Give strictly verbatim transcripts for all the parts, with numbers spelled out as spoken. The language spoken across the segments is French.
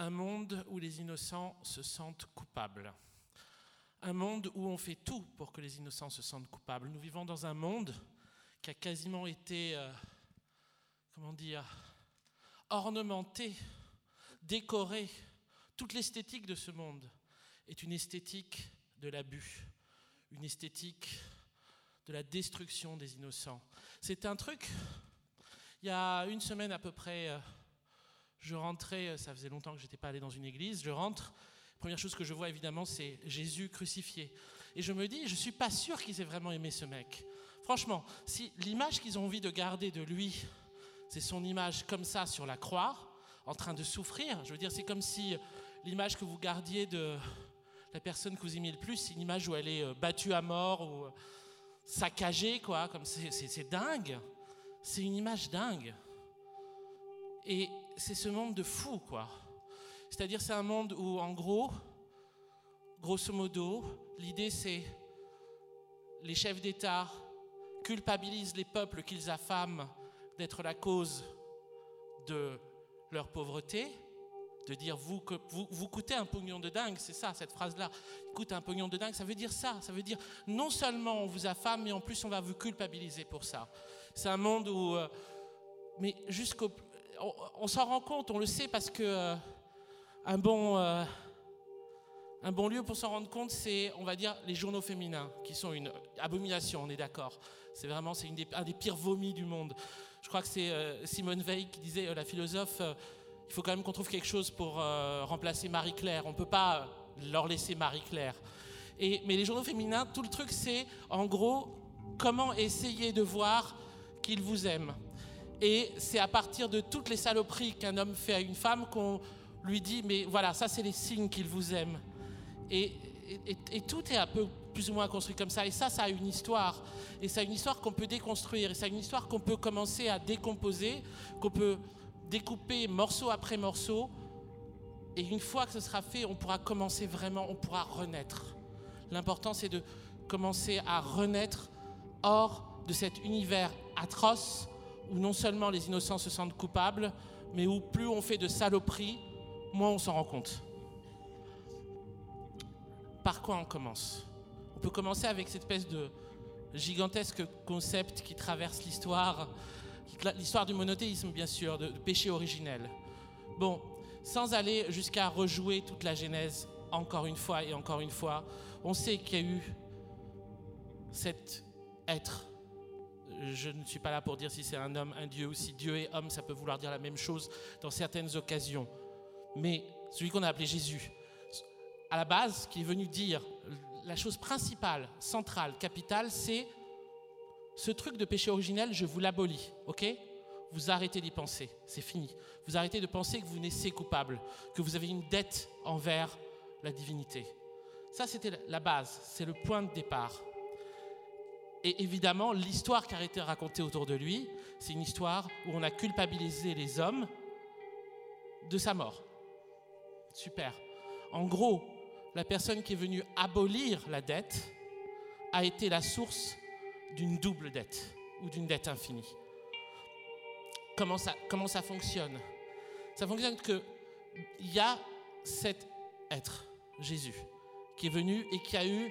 Un monde où les innocents se sentent coupables. Un monde où on fait tout pour que les innocents se sentent coupables. Nous vivons dans un monde qui a quasiment été, euh, comment dire, ornementé, décoré. Toute l'esthétique de ce monde est une esthétique de l'abus, une esthétique de la destruction des innocents. C'est un truc, il y a une semaine à peu près, euh, je rentrais, ça faisait longtemps que je n'étais pas allé dans une église, je rentre, la première chose que je vois évidemment c'est Jésus crucifié. Et je me dis, je ne suis pas sûr qu'ils aient vraiment aimé ce mec. Franchement, si l'image qu'ils ont envie de garder de lui, c'est son image comme ça sur la croix, en train de souffrir, je veux dire, c'est comme si l'image que vous gardiez de la personne que vous aimiez le plus, c'est une image où elle est battue à mort ou saccagée, quoi, comme c'est, c'est, c'est dingue. C'est une image dingue. Et c'est ce monde de fou, quoi. C'est-à-dire, c'est un monde où, en gros, grosso modo, l'idée, c'est les chefs d'État culpabilisent les peuples qu'ils affament d'être la cause de leur pauvreté, de dire vous, que, vous, vous coûtez un pognon de dingue, c'est ça, cette phrase-là, coûte un pognon de dingue, ça veut dire ça, ça veut dire non seulement on vous affame, mais en plus on va vous culpabiliser pour ça. C'est un monde où, euh, mais jusqu'au, on, on s'en rend compte, on le sait parce que euh, un bon, euh, un bon lieu pour s'en rendre compte, c'est, on va dire, les journaux féminins, qui sont une abomination, on est d'accord. C'est vraiment, c'est une des, un des pires vomis du monde. Je crois que c'est euh, Simone Veil qui disait, euh, la philosophe, euh, il faut quand même qu'on trouve quelque chose pour euh, remplacer Marie-Claire. On ne peut pas leur laisser Marie-Claire. Et, mais les journaux féminins, tout le truc, c'est, en gros, comment essayer de voir qu'ils vous aiment. Et c'est à partir de toutes les saloperies qu'un homme fait à une femme qu'on lui dit, mais voilà, ça, c'est les signes qu'il vous aime. Et, et, et tout est un peu plus ou moins construit comme ça. Et ça, ça a une histoire. Et ça a une histoire qu'on peut déconstruire. Et ça a une histoire qu'on peut commencer à décomposer, qu'on peut découper morceau après morceau. Et une fois que ce sera fait, on pourra commencer vraiment, on pourra renaître. L'important, c'est de commencer à renaître hors de cet univers atroce où non seulement les innocents se sentent coupables, mais où plus on fait de saloperies, moins on s'en rend compte. Par quoi on commence ? On peut commencer avec cette espèce de gigantesque concept qui traverse l'histoire, l'histoire du monothéisme, bien sûr, de, de péché originel. Bon, sans aller jusqu'à rejouer toute la Genèse, encore une fois et encore une fois, on sait qu'il y a eu cet être. Je ne suis pas là pour dire si c'est un homme, un Dieu, ou si Dieu est homme, ça peut vouloir dire la même chose dans certaines occasions. Mais celui qu'on a appelé Jésus, à la base, qui est venu dire la chose principale, centrale, capitale, c'est ce truc de péché originel, je vous l'abolis, ok ? Vous arrêtez d'y penser, c'est fini. Vous arrêtez de penser que vous naissez coupable, que vous avez une dette envers la divinité. Ça, c'était la base, c'est le point de départ. Et évidemment, l'histoire qui a été racontée autour de lui, c'est une histoire où on a culpabilisé les hommes de sa mort. Super. En gros, la personne qui est venue abolir la dette a été la source d'une double dette ou d'une dette infinie. Comment ça, comment ça fonctionne ? Ça fonctionne qu'il y a cet être, Jésus, qui est venu et qui a eu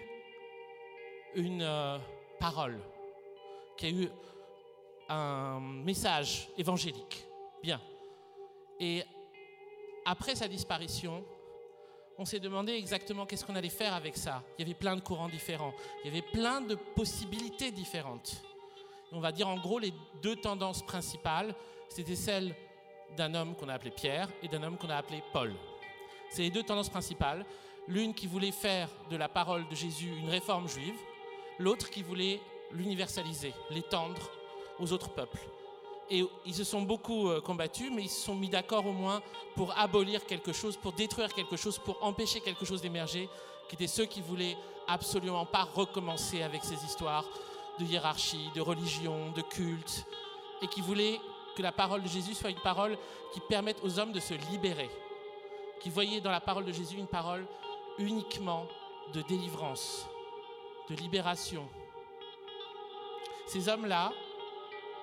une euh, parole, qui a eu un message évangélique. Bien. Et après sa disparition, on s'est demandé exactement qu'est-ce qu'on allait faire avec ça. Il y avait plein de courants différents. Il y avait plein de possibilités différentes. Et on va dire en gros les deux tendances principales, c'était celle d'un homme qu'on a appelé Pierre et d'un homme qu'on a appelé Paul. C'est les deux tendances principales. L'une qui voulait faire de la parole de Jésus une réforme juive, l'autre qui voulait l'universaliser, l'étendre aux autres peuples. Et ils se sont beaucoup combattus, mais ils se sont mis d'accord au moins pour abolir quelque chose, pour détruire quelque chose, pour empêcher quelque chose d'émerger, qui étaient ceux qui voulaient absolument pas recommencer avec ces histoires de hiérarchie, de religion, de culte, et qui voulaient que la parole de Jésus soit une parole qui permette aux hommes de se libérer, qui voyaient dans la parole de Jésus une parole uniquement de délivrance, de libération. Ces hommes-là,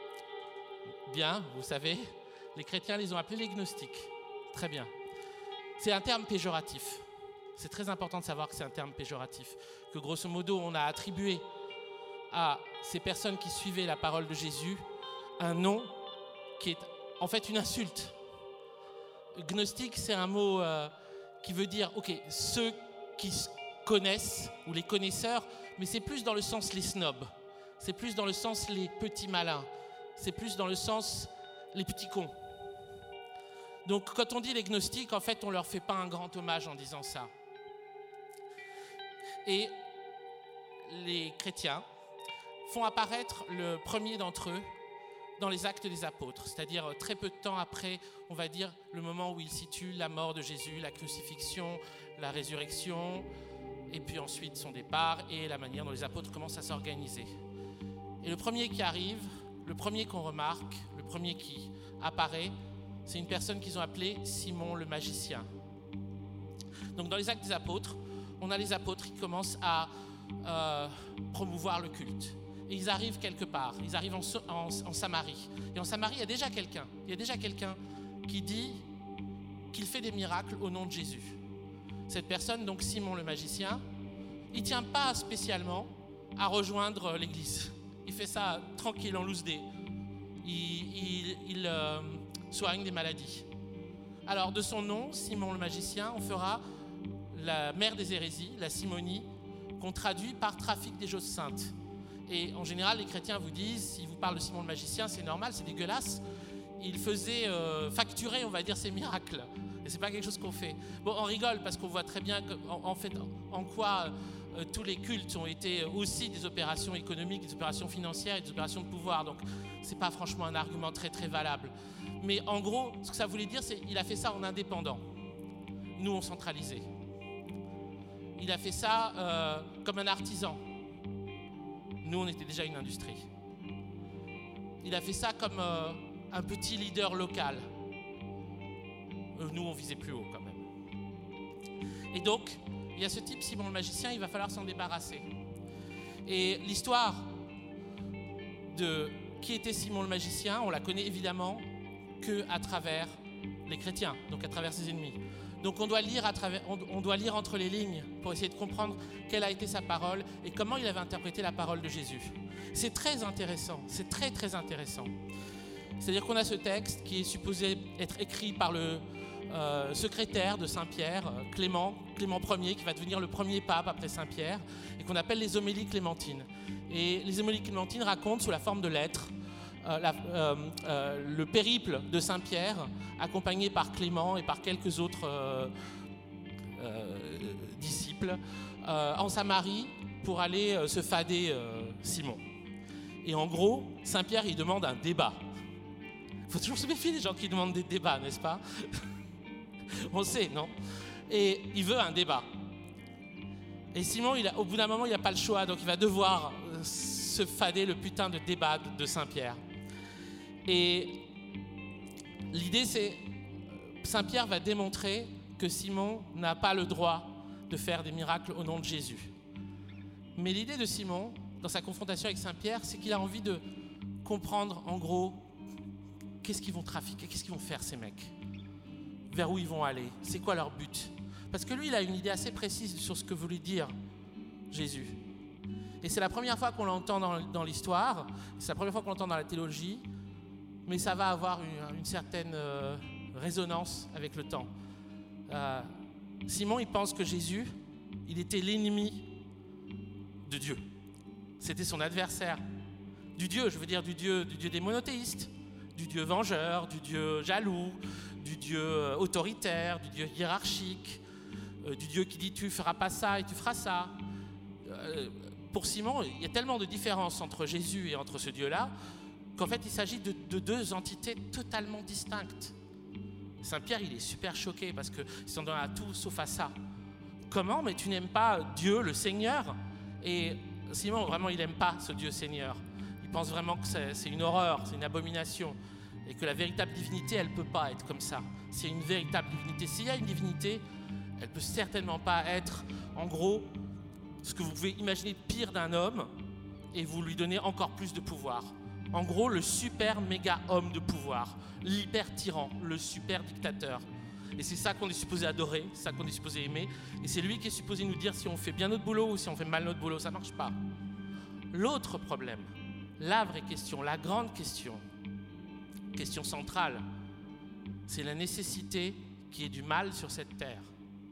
bien, vous savez, les chrétiens les ont appelés les gnostiques. Très bien. C'est un terme péjoratif. C'est très important de savoir que c'est un terme péjoratif, que grosso modo, on a attribué à ces personnes qui suivaient la parole de Jésus un nom qui est en fait une insulte. Gnostique, c'est un mot euh, qui veut dire, ok, ceux qui connaissent, ou les connaisseurs, mais c'est plus dans le sens les snobs, c'est plus dans le sens les petits malins, c'est plus dans le sens les petits cons. Donc quand on dit les gnostiques, en fait, on ne leur fait pas un grand hommage en disant ça. Et les chrétiens font apparaître le premier d'entre eux dans les Actes des Apôtres, c'est-à-dire très peu de temps après, on va dire, le moment où ils situent la mort de Jésus, la crucifixion, la résurrection, et puis ensuite son départ et la manière dont les apôtres commencent à s'organiser. Et le premier qui arrive, le premier qu'on remarque, le premier qui apparaît, c'est une personne qu'ils ont appelée Simon le magicien. Donc dans les Actes des Apôtres, on a les apôtres qui commencent à euh, promouvoir le culte. Et ils arrivent quelque part, ils arrivent en, en, en Samarie. Et en Samarie, il y a déjà quelqu'un, il y a déjà quelqu'un qui dit qu'il fait des miracles au nom de Jésus. Cette personne, donc Simon le magicien, il ne tient pas spécialement à rejoindre l'église. Il fait ça tranquille, en loose day. Il, il, il euh, soigne des maladies. Alors de son nom, Simon le magicien, on fera la mère des hérésies, la simonie, qu'on traduit par trafic des choses saintes. Et en général, les chrétiens vous disent, s'ils vous parlent de Simon le magicien, c'est normal, c'est dégueulasse. Il faisait euh, facturer, on va dire, ses miracles. Et c'est pas quelque chose qu'on fait. Bon, on rigole parce qu'on voit très bien que, en, en fait, en quoi euh, tous les cultes ont été aussi des opérations économiques, des opérations financières et des opérations de pouvoir. Donc, c'est pas franchement un argument très très valable. Mais en gros, ce que ça voulait dire, c'est qu'il a fait ça en indépendant. Nous, on centralisait. Il a fait ça euh, comme un artisan. Nous, on était déjà une industrie. Il a fait ça comme euh, un petit leader local. Euh, nous, on visait plus haut quand même. Et donc, il y a ce type, Simon le magicien, il va falloir s'en débarrasser. Et l'histoire de qui était Simon le magicien, on la connaît évidemment qu'à travers les chrétiens, donc à travers ses ennemis. Donc on doit lire à travers, on, on doit lire entre les lignes pour essayer de comprendre quelle a été sa parole et comment il avait interprété la parole de Jésus. C'est très intéressant, c'est très très intéressant. C'est-à-dire qu'on a ce texte qui est supposé être écrit par le euh, secrétaire de Saint-Pierre, Clément, Clément Ier, qui va devenir le premier pape après Saint-Pierre, et qu'on appelle les homélies clémentines. Et les homélies clémentines racontent sous la forme de lettres Euh, la, euh, euh, le périple de Saint-Pierre, accompagné par Clément et par quelques autres euh, euh, disciples, euh, en Samarie pour aller euh, se fader euh, Simon. Et en gros, Saint-Pierre, il demande un débat. Il faut toujours se méfier des gens qui demandent des débats, n'est-ce pas? On sait, non? Et il veut un débat. Et Simon, il a, au bout d'un moment, il n'a pas le choix, donc il va devoir euh, se fader le putain de débat de Saint-Pierre. Et l'idée, c'est Saint-Pierre va démontrer que Simon n'a pas le droit de faire des miracles au nom de Jésus. Mais l'idée de Simon, dans sa confrontation avec Saint-Pierre, c'est qu'il a envie de comprendre, en gros, qu'est-ce qu'ils vont trafiquer, qu'est-ce qu'ils vont faire, ces mecs, vers où ils vont aller, c'est quoi leur but. Parce que lui, il a une idée assez précise sur ce que voulait dire Jésus. Et c'est la première fois qu'on l'entend dans, dans l'histoire, c'est la première fois qu'on l'entend dans la théologie, mais ça va avoir une, une certaine euh, résonance avec le temps. Euh, Simon, il pense que Jésus, il était l'ennemi de Dieu. C'était son adversaire. Du Dieu, je veux dire du Dieu, du Dieu des monothéistes, du Dieu vengeur, du Dieu jaloux, du Dieu autoritaire, du Dieu hiérarchique, euh, du Dieu qui dit tu feras pas ça et tu feras ça. Euh, Pour Simon, il y a tellement de différences entre Jésus et entre ce Dieu-là qu'en fait, il s'agit de, de deux entités totalement distinctes. Saint-Pierre, il est super choqué parce qu'il s'en donne à tout sauf à ça. Comment? Mais tu n'aimes pas Dieu, le Seigneur? Et Simon, vraiment, il n'aime pas ce Dieu Seigneur. Il pense vraiment que c'est, c'est une horreur, c'est une abomination et que la véritable divinité, elle ne peut pas être comme ça. S'il y a une véritable divinité, s'il y a une divinité, elle ne peut certainement pas être, en gros, ce que vous pouvez imaginer de pire d'un homme et vous lui donnez encore plus de pouvoir. En gros, le super méga homme de pouvoir, l'hyper tyran, le super dictateur. Et c'est ça qu'on est supposé adorer, c'est ça qu'on est supposé aimer. Et c'est lui qui est supposé nous dire si on fait bien notre boulot ou si on fait mal notre boulot. Ça ne marche pas. L'autre problème, la vraie question, la grande question, question centrale, c'est la nécessité qu'il y ait du mal sur cette terre.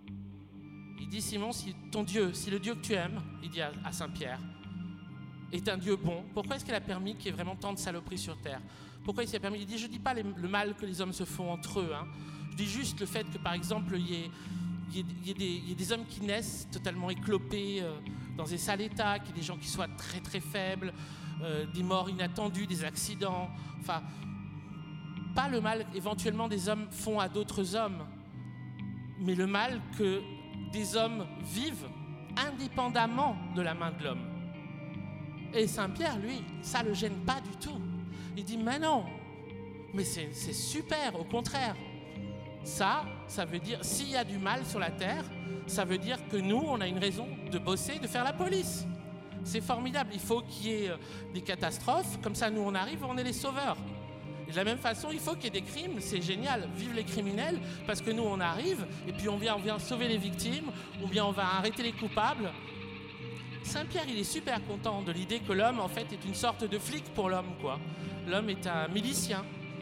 Il dit, Simon, si ton Dieu, si le Dieu que tu aimes, il dit à, à Saint-Pierre, est un Dieu bon, pourquoi est-ce qu'il a permis qu'il y ait vraiment tant de saloperies sur terre? Pourquoi il s'est permis? Il dit, je ne dis pas les, le mal que les hommes se font entre eux, hein. Je dis juste le fait que, par exemple, il y ait, il y ait, il y ait, des, il y ait des hommes qui naissent totalement éclopés, euh, dans des sales états, qu'il y ait des gens qui soient très très faibles, euh, des morts inattendues, des accidents, enfin, pas le mal éventuellement des hommes font à d'autres hommes, mais le mal que des hommes vivent indépendamment de la main de l'homme. Et Saint-Pierre, lui, ça ne le gêne pas du tout. Il dit, mais non, mais c'est, c'est super, au contraire. Ça, ça veut dire, s'il y a du mal sur la terre, ça veut dire que nous, on a une raison de bosser, de faire la police. C'est formidable, il faut qu'il y ait des catastrophes, comme ça nous on arrive, on est les sauveurs. Et de la même façon, il faut qu'il y ait des crimes, c'est génial, vive les criminels, parce que nous on arrive, et puis on vient, on vient sauver les victimes, ou bien on va arrêter les coupables. Saint-Pierre, il est super content de l'idée que l'homme, en fait, est une sorte de flic pour l'homme, quoi. L'homme est un milicien.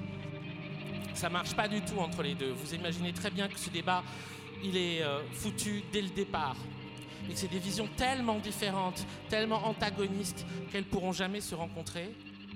Ça marche pas du tout entre les deux. Vous imaginez très bien que ce débat, il est euh, foutu dès le départ. Et que c'est des visions tellement différentes, tellement antagonistes, qu'elles pourront jamais se rencontrer.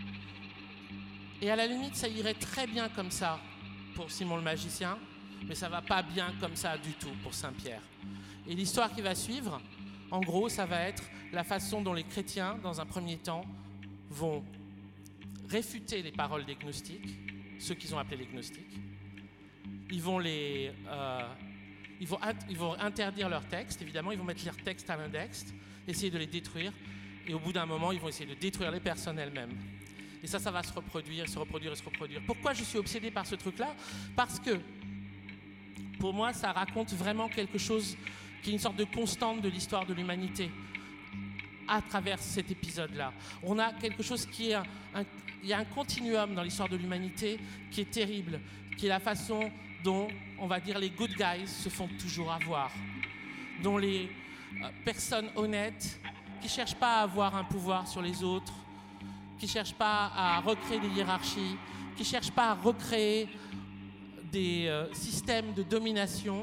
Et à la limite, ça irait très bien comme ça pour Simon le magicien, mais ça va pas bien comme ça du tout pour Saint-Pierre. Et l'histoire qui va suivre, en gros, ça va être la façon dont les chrétiens, dans un premier temps, vont réfuter les paroles des gnostiques, ceux qu'ils ont appelés les gnostiques. Ils vont les, euh, ils vont, ils vont interdire leurs textes, évidemment, ils vont mettre leurs textes à l'index, essayer de les détruire, et au bout d'un moment, ils vont essayer de détruire les personnes elles-mêmes. Et ça, ça va se reproduire, se reproduire et se reproduire. Pourquoi je suis obsédé par ce truc-là? Parce que, pour moi, ça raconte vraiment quelque chose qui est une sorte de constante de l'histoire de l'humanité à travers cet épisode-là. On a quelque chose qui est un, un, il y a un continuum dans l'histoire de l'humanité qui est terrible, qui est la façon dont, on va dire, les good guys se font toujours avoir, dont les euh, personnes honnêtes qui ne cherchent pas à avoir un pouvoir sur les autres, qui ne cherchent pas à recréer des hiérarchies, qui ne cherchent pas à recréer des euh, systèmes de domination,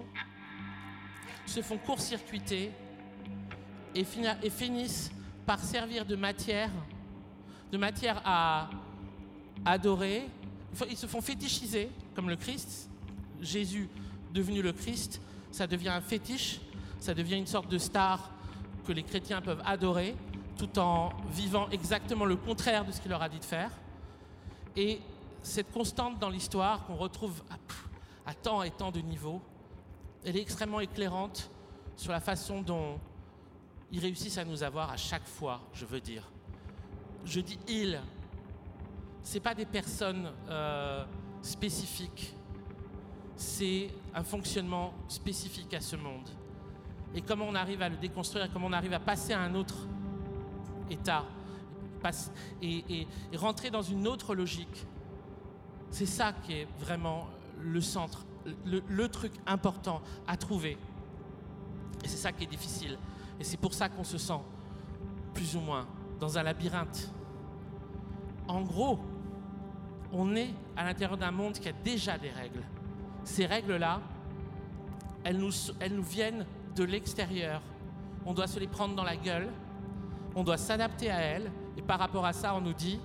se font court-circuiter et, fina- et finissent par servir de matière, de matière à adorer. Ils se font fétichiser, comme le Christ. Jésus, devenu le Christ, ça devient un fétiche, ça devient une sorte de star que les chrétiens peuvent adorer, tout en vivant exactement le contraire de ce qu'il leur a dit de faire. Et cette constante dans l'histoire qu'on retrouve à, à tant et tant de niveaux, elle est extrêmement éclairante sur la façon dont ils réussissent à nous avoir à chaque fois, je veux dire. Je dis « ils », ce n'est pas des personnes euh, spécifiques, c'est un fonctionnement spécifique à ce monde. Et comment on arrive à le déconstruire, comment on arrive à passer à un autre état et, et, et rentrer dans une autre logique, c'est ça qui est vraiment le centre, le, le truc important à trouver. Et c'est ça qui est difficile. Et c'est pour ça qu'on se sent, plus ou moins, dans un labyrinthe. En gros, on est à l'intérieur d'un monde qui a déjà des règles. Ces règles-là, elles nous, elles nous viennent de l'extérieur. On doit se les prendre dans la gueule, on doit s'adapter à elles, et par rapport à ça, on nous dit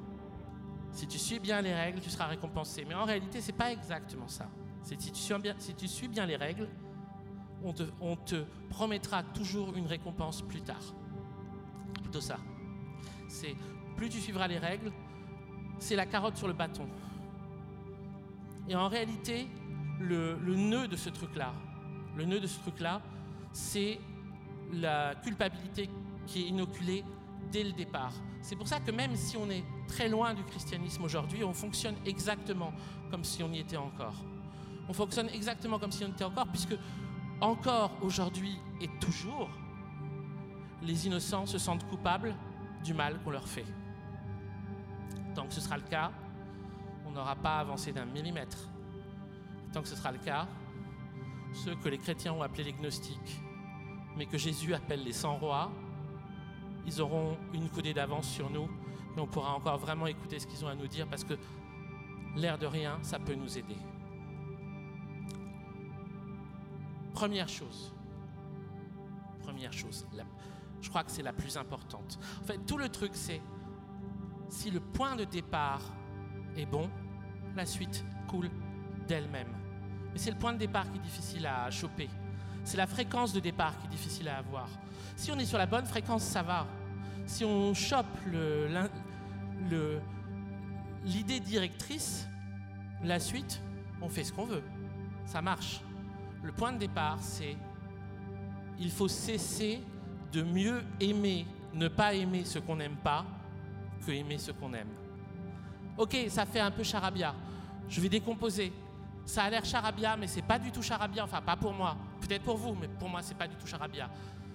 « si tu suis bien les règles, tu seras récompensé ». Mais en réalité, ce n'est pas exactement ça. C'est si tu suis bien, si tu suis bien les règles, on te, on te promettra toujours une récompense plus tard. Plutôt ça. C'est plus tu suivras les règles, c'est la carotte sur le bâton. Et en réalité, le, le nœud de ce truc-là, le nœud de ce truc-là, c'est la culpabilité qui est inoculée dès le départ. C'est pour ça que même si on est très loin du christianisme aujourd'hui, on fonctionne exactement comme si on y était encore. On fonctionne exactement comme si on y était encore, puisque encore aujourd'hui et toujours, les innocents se sentent coupables du mal qu'on leur fait. Tant que ce sera le cas, on n'aura pas avancé d'un millimètre. Tant que ce sera le cas, ceux que les chrétiens ont appelés les gnostiques, mais que Jésus appelle les cent rois, ils auront une coudée d'avance sur nous et on pourra encore vraiment écouter ce qu'ils ont à nous dire parce que l'air de rien, ça peut nous aider. Première chose, première chose, la, je crois que c'est la plus importante. En fait, tout le truc, c'est si le point de départ est bon, la suite coule d'elle-même. Mais c'est le point de départ qui est difficile à choper. C'est la fréquence de départ qui est difficile à avoir. Si on est sur la bonne fréquence, ça va. Si on chope le, le, l'idée directrice, la suite, on fait ce qu'on veut. Ça marche. Le point de départ, c'est il faut cesser de mieux aimer, ne pas aimer ce qu'on n'aime pas, que aimer ce qu'on aime. Ok, ça fait un peu charabia. Je vais décomposer. Ça a l'air charabia, mais c'est pas du tout charabia. Enfin, pas pour moi. Peut-être pour vous, mais pour moi, c'est pas du tout charabia.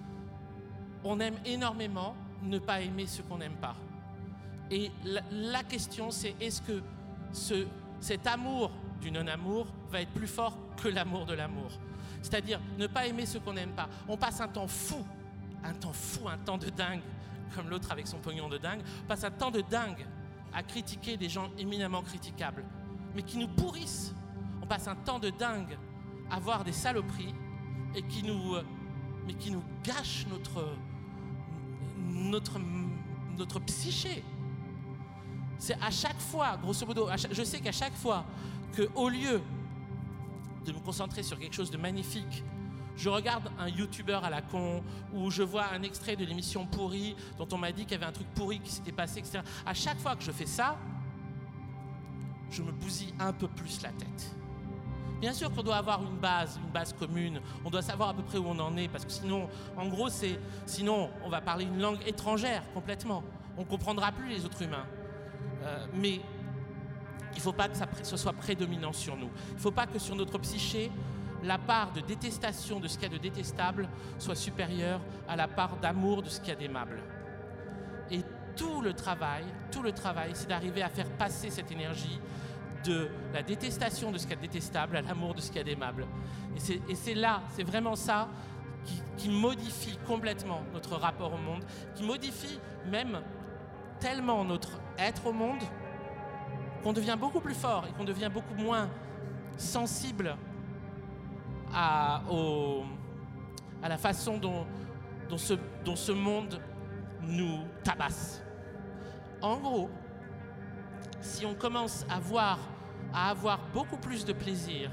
On aime énormément ne pas aimer ce qu'on n'aime pas. Et la, la question, c'est est-ce que ce, cet amour du non-amour va être plus fort que l'amour de l'amour? C'est-à-dire ne pas aimer ce qu'on n'aime pas. On passe un temps fou, un temps fou, un temps de dingue, comme l'autre avec son pognon de dingue, on passe un temps de dingue à critiquer des gens éminemment critiquables, mais qui nous pourrissent. On passe un temps de dingue à voir des saloperies et qui nous, mais qui nous gâchent notre, notre, notre psyché. C'est à chaque fois, grosso modo, à chaque, je sais qu'à chaque fois qu'au lieu de me concentrer sur quelque chose de magnifique, je regarde un youtubeur à la con ou je vois un extrait de l'émission pourrie dont on m'a dit qu'il y avait un truc pourri qui s'était passé, et cetera. À chaque fois que je fais ça, je me bousille un peu plus la tête. Bien sûr qu'on doit avoir une base, une base commune. On doit savoir à peu près où on en est parce que sinon, en gros, c'est, sinon on va parler une langue étrangère complètement. On ne comprendra plus les autres humains. Euh, mais il ne faut pas que ça, ce soit prédominant sur nous. Il ne faut pas que sur notre psyché, la part de détestation de ce qu'il y a de détestable soit supérieure à la part d'amour de ce qu'il y a d'aimable. Et tout le travail, tout le travail, c'est d'arriver à faire passer cette énergie de la détestation de ce qu'il y a de détestable à l'amour de ce qu'il y a d'aimable. Et c'est, et c'est là, c'est vraiment ça qui, qui modifie complètement notre rapport au monde, qui modifie même tellement notre être au monde qu'on devient beaucoup plus fort et qu'on devient beaucoup moins sensible à, au, à la façon dont, dont, ce, dont ce monde nous tabasse. En gros, si on commence à voir, à avoir beaucoup plus de plaisir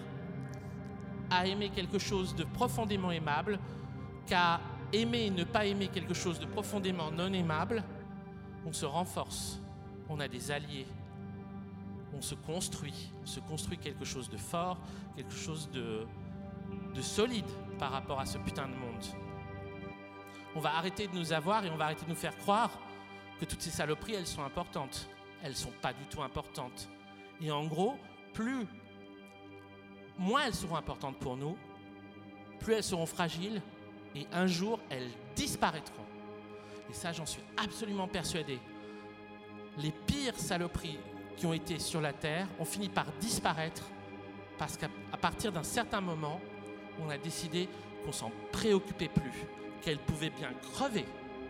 à aimer quelque chose de profondément aimable qu'à aimer et ne pas aimer quelque chose de profondément non aimable, on se renforce, on a des alliés, on se construit, on se construit quelque chose de fort, quelque chose de, de solide par rapport à ce putain de monde. On va arrêter de nous avoir et on va arrêter de nous faire croire que toutes ces saloperies, elles sont importantes. Elles ne sont pas du tout importantes. Et en gros, plus, moins elles seront importantes pour nous, plus elles seront fragiles et un jour, elles disparaîtront. Et ça, j'en suis absolument persuadé. Les pires saloperies qui ont été sur la Terre ont fini par disparaître parce qu'à à partir d'un certain moment, on a décidé qu'on s'en préoccupait plus, qu'elles pouvaient bien crever.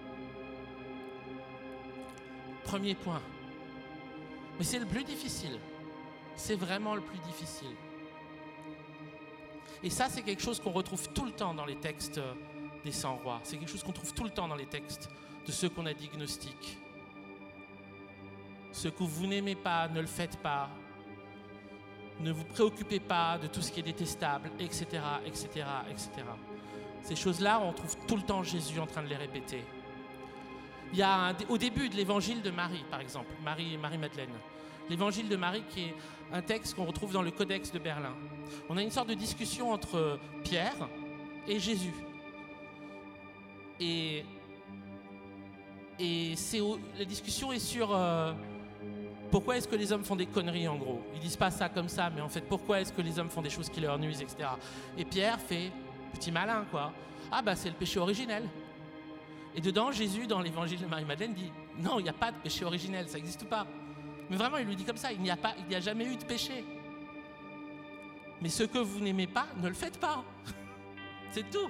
Premier point. Mais c'est le plus difficile. C'est vraiment le plus difficile. Et ça, c'est quelque chose qu'on retrouve tout le temps dans les textes des cent rois. C'est quelque chose qu'on trouve tout le temps dans les textes de ceux qu'on a dit gnostiques. Ce que vous n'aimez pas, ne le faites pas. Ne vous préoccupez pas de tout ce qui est détestable, et cetera, et cetera, et cetera. Ces choses-là, on trouve tout le temps Jésus en train de les répéter. Il y a un, au début de l'évangile de Marie, par exemple, Marie, Marie-Madeleine, l'évangile de Marie qui est un texte qu'on retrouve dans le Codex de Berlin. On a une sorte de discussion entre Pierre et Jésus. Et, et c'est, la discussion est sur euh, pourquoi est-ce que les hommes font des conneries, en gros. Ils disent pas ça comme ça, mais en fait, pourquoi est-ce que les hommes font des choses qui leur nuisent, et cetera. Et Pierre fait petit malin, quoi. Ah bah c'est le péché originel. Et dedans, Jésus, dans l'évangile de Marie-Madeleine, dit « Non, il n'y a pas de péché originel, ça n'existe pas. » Mais vraiment, il lui dit comme ça, il n'y a pas, il n'y a jamais eu de péché. Mais ce que vous n'aimez pas, ne le faites pas. C'est tout.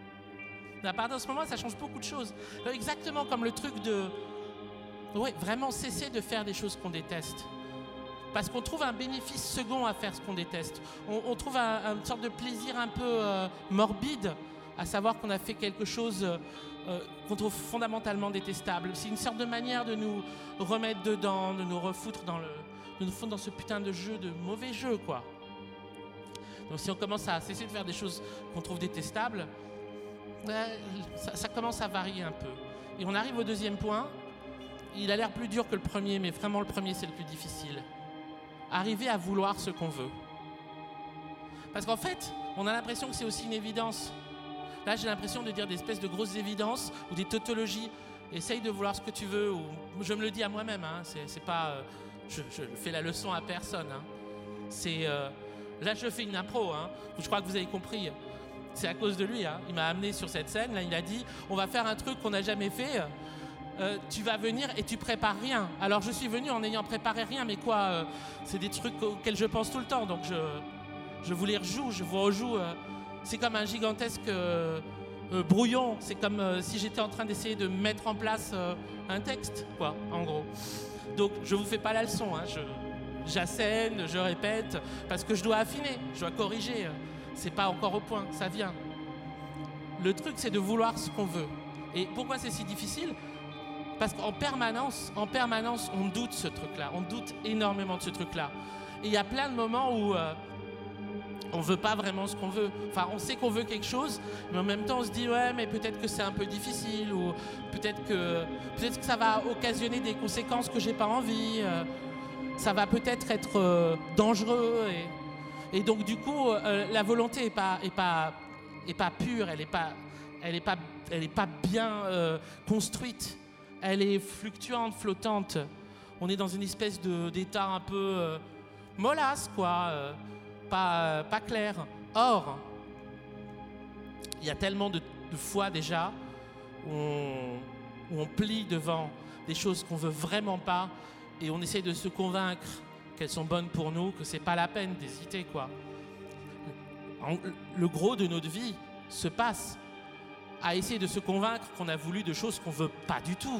À partir de ce moment, ça change beaucoup de choses. Exactement comme le truc de... Oui, vraiment cesser de faire des choses qu'on déteste. Parce qu'on trouve un bénéfice second à faire ce qu'on déteste. On, on trouve un, une sorte de plaisir un peu euh, morbide à savoir qu'on a fait quelque chose euh, qu'on trouve fondamentalement détestable. C'est une sorte de manière de nous remettre dedans, de nous refoutre dans le... de nous foutre dans ce putain de jeu, de mauvais jeu, quoi. Donc si on commence à cesser de faire des choses qu'on trouve détestables, euh, ça, ça commence à varier un peu. Et on arrive au deuxième point. Il a l'air plus dur que le premier, mais vraiment le premier, c'est le plus difficile. Arriver à vouloir ce qu'on veut. Parce qu'en fait, on a l'impression que c'est aussi une évidence. Là, j'ai l'impression de dire des espèces de grosses évidences ou des tautologies. Essaye de vouloir ce que tu veux. Ou... Je me le dis à moi-même. Hein. C'est, c'est pas, euh, je, je fais la leçon à personne. Hein. C'est, euh, là, je fais une impro. Hein. Je crois que vous avez compris. C'est à cause de lui. Hein. Il m'a amené sur cette scène. Là, il a dit, on va faire un truc qu'on n'a jamais fait. Euh, tu vas venir et tu prépares rien. Alors je suis venu en n'ayant préparé rien, mais quoi, euh, c'est des trucs auxquels je pense tout le temps, donc je, je vous les rejoue, je vous rejoue. Euh, c'est comme un gigantesque euh, euh, brouillon, c'est comme euh, si j'étais en train d'essayer de mettre en place euh, un texte, quoi, en gros. Donc je vous fais pas la leçon, hein, je, j'assène, je répète, parce que je dois affiner, je dois corriger. C'est pas encore au point, ça vient. Le truc, c'est de vouloir ce qu'on veut. Et pourquoi c'est si difficile ? Parce qu'en permanence, en permanence, on doute ce truc-là. On doute énormément de ce truc-là. Et il y a plein de moments où euh, on ne veut pas vraiment ce qu'on veut. Enfin, on sait qu'on veut quelque chose, mais en même temps, on se dit « Ouais, mais peut-être que c'est un peu difficile » ou peut-être que, peut-être que ça va occasionner des conséquences que je n'ai pas envie. Euh, ça va peut-être être euh, dangereux. Et, et donc, du coup, euh, la volonté n'est pas, est pas, est pas pure, elle n'est pas, elle est pas, elle est pas bien euh, construite. Elle est fluctuante, flottante. On est dans une espèce de, d'état un peu euh, mollasse, quoi, euh, pas, euh, pas clair. Or, il y a tellement de, de fois déjà où on, où on plie devant des choses qu'on veut vraiment pas et on essaie de se convaincre qu'elles sont bonnes pour nous, que c'est pas la peine d'hésiter, quoi. En, le gros de notre vie se passe à essayer de se convaincre qu'on a voulu de choses qu'on ne veut pas du tout,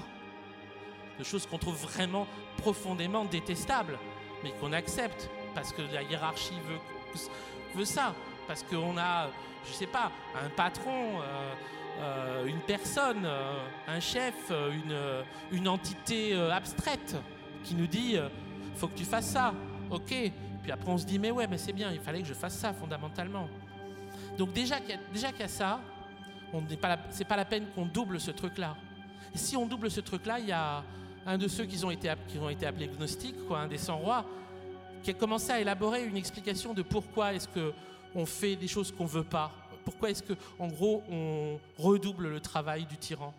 de choses qu'on trouve vraiment profondément détestables, mais qu'on accepte parce que la hiérarchie veut, veut ça, parce qu'on a, je ne sais pas, un patron, euh, euh, une personne, euh, un chef, une, une entité euh, abstraite qui nous dit euh, « faut que tu fasses ça », ok, puis après on se dit « mais ouais, mais c'est bien, il fallait que je fasse ça fondamentalement ». Donc déjà qu'il y a, déjà qu'il y a ça, ce n'est pas, pas la peine qu'on double ce truc-là. Et si on double ce truc-là, il y a un de ceux qui ont été, qui ont été appelés gnostiques, quoi, un des cent rois, qui a commencé à élaborer une explication de pourquoi est-ce qu'on fait des choses qu'on ne veut pas. Pourquoi est-ce qu'en gros, on redouble le travail du tyran.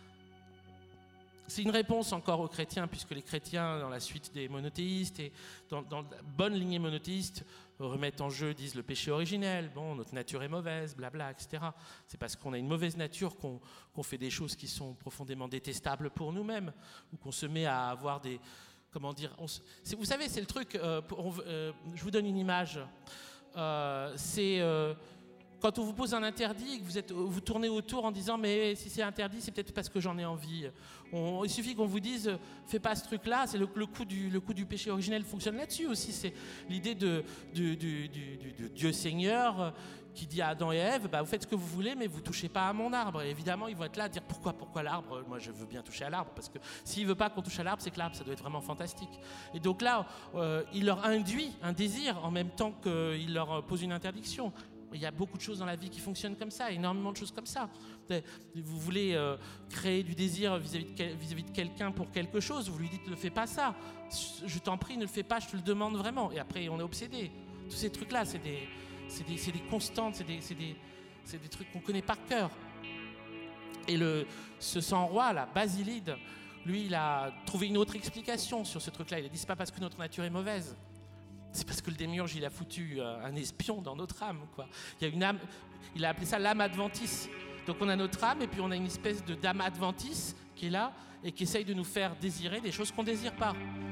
C'est une réponse encore aux chrétiens, puisque les chrétiens, dans la suite des monothéistes et dans, dans la bonne lignée monothéiste, remettent en jeu, disent le péché originel, bon, notre nature est mauvaise, blabla, et cetera. C'est parce qu'on a une mauvaise nature qu'on, qu'on fait des choses qui sont profondément détestables pour nous-mêmes, ou qu'on se met à avoir des... Comment dire on se, c'est, vous savez, c'est le truc... Euh, pour, on, euh, je vous donne une image. Euh, c'est... Euh, Quand on vous pose un interdit et que vous, êtes, vous tournez autour en disant « mais si c'est interdit, c'est peut-être parce que j'en ai envie ». Il suffit qu'on vous dise « fais pas ce truc-là ». C'est le, le, coup du, le coup du péché originel fonctionne là-dessus aussi. C'est l'idée de, du, du, du, du, du Dieu Seigneur qui dit à Adam et Ève bah, « vous faites ce que vous voulez, mais vous touchez pas à mon arbre ». Et évidemment, ils vont être là à dire « pourquoi, pourquoi l'arbre ? Moi, je veux bien toucher à l'arbre. » Parce que s'il veut pas qu'on touche à l'arbre, c'est que l'arbre, ça doit être vraiment fantastique. Et donc là, euh, il leur induit un désir en même temps qu'il leur pose une interdiction. Il y a beaucoup de choses dans la vie qui fonctionnent comme ça, énormément de choses comme ça. Vous voulez euh, créer du désir vis-à-vis de, quel, vis-à-vis de quelqu'un pour quelque chose, vous lui dites ne fais pas ça. Je t'en prie, ne le fais pas, je te le demande vraiment. Et après, on est obsédé. Tous ces trucs-là, c'est des, c'est des, c'est des constantes, c'est des, c'est des, c'est des trucs qu'on connaît par cœur. Et le, ce sang-roi, là, Basilide, lui, il a trouvé une autre explication sur ce truc-là. Il a dit c'est pas parce que notre nature est mauvaise. C'est parce que le démiurge, il a foutu un espion dans notre âme, quoi. Il y a une âme, il a appelé ça l'âme adventice. Donc on a notre âme et puis on a une espèce de d'âme adventice qui est là et qui essaye de nous faire désirer des choses qu'on ne désire pas,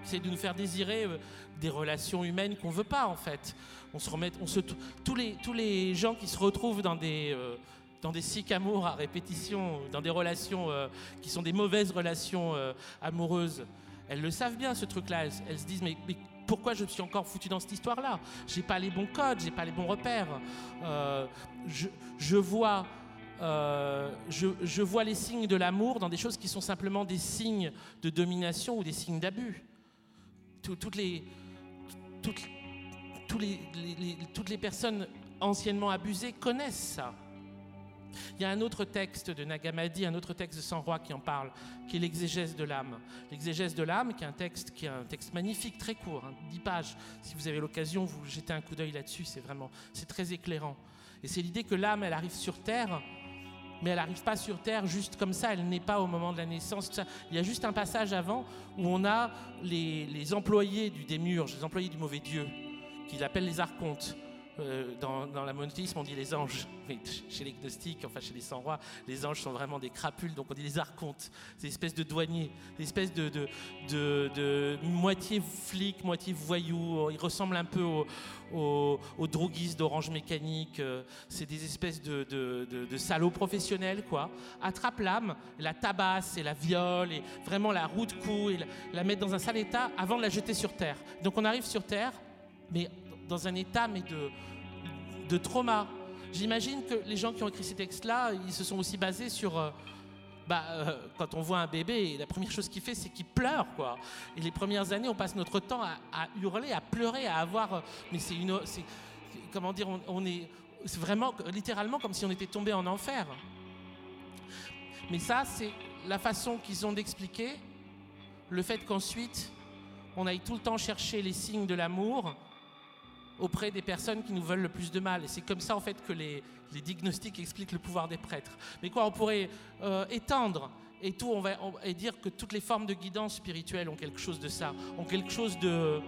C'est de nous faire désirer euh, des relations humaines qu'on veut pas, en fait. On se remet, on se, tous, les, tous les gens qui se retrouvent dans des, euh, dans des sycamours à répétition, dans des relations euh, qui sont des mauvaises relations euh, amoureuses, elles le savent bien, ce truc-là. Elles, elles se disent, mais, mais pourquoi je me suis encore foutu dans cette histoire-là? J'ai pas les bons codes, j'ai pas les bons repères. Euh, je, je vois... Euh, je, je vois les signes de l'amour dans des choses qui sont simplement des signes de domination ou des signes d'abus. Tout, toutes les, toutes, tous les, les, les, toutes les personnes anciennement abusées connaissent ça. Il y a un autre texte de Nag Hammadi, un autre texte de Sanroi qui en parle, qui est l'exégèse de l'âme. L'exégèse de l'âme, qui est un texte, qui est un texte magnifique, très court, hein, dix pages. Si vous avez l'occasion, vous jetez un coup d'œil là-dessus, c'est vraiment, c'est très éclairant. Et c'est l'idée que l'âme, elle arrive sur Terre, mais elle n'arrive pas sur Terre juste comme ça, elle n'est pas au moment de la naissance. Tout ça. Il y a juste un passage avant où on a les, les employés du démiurge, les employés du mauvais Dieu, qu'ils appellent les archontes. Euh, dans, dans la monothéisme, on dit les anges. Mais chez les gnostiques, enfin chez les sans-rois, les anges sont vraiment des crapules, donc on dit les archontes. C'est des espèces de douaniers, des espèces de, de, de, de moitié flics, moitié voyous. Ils ressemblent un peu aux, aux, aux droguistes d'Orange Mécanique. C'est des espèces de, de, de, de salauds professionnels, quoi. Attrapent l'âme, la tabassent et la violent, et vraiment la roue de cou, et la, la mettent dans un sale état avant de la jeter sur Terre. Donc on arrive sur Terre, mais dans un état mais de, de trauma. J'imagine que les gens qui ont écrit ces textes-là, ils se sont aussi basés sur... Euh, bah, euh, quand on voit un bébé, la première chose qu'il fait, c'est qu'il pleure, quoi. Et les premières années, on passe notre temps à, à hurler, à pleurer, à avoir... Euh, mais c'est une... C'est, comment dire, on, on est... C'est vraiment, littéralement, comme si on était tombé en enfer. Mais ça, c'est la façon qu'ils ont d'expliquer le fait qu'ensuite, on aille tout le temps chercher les signes de l'amour auprès des personnes qui nous veulent le plus de mal. Et c'est comme ça, en fait, que les, les dignostiques expliquent le pouvoir des prêtres. Mais quoi, on pourrait euh, étendre et tout, on va, on, et dire que toutes les formes de guidance spirituelle ont quelque chose de ça, ont quelque chose de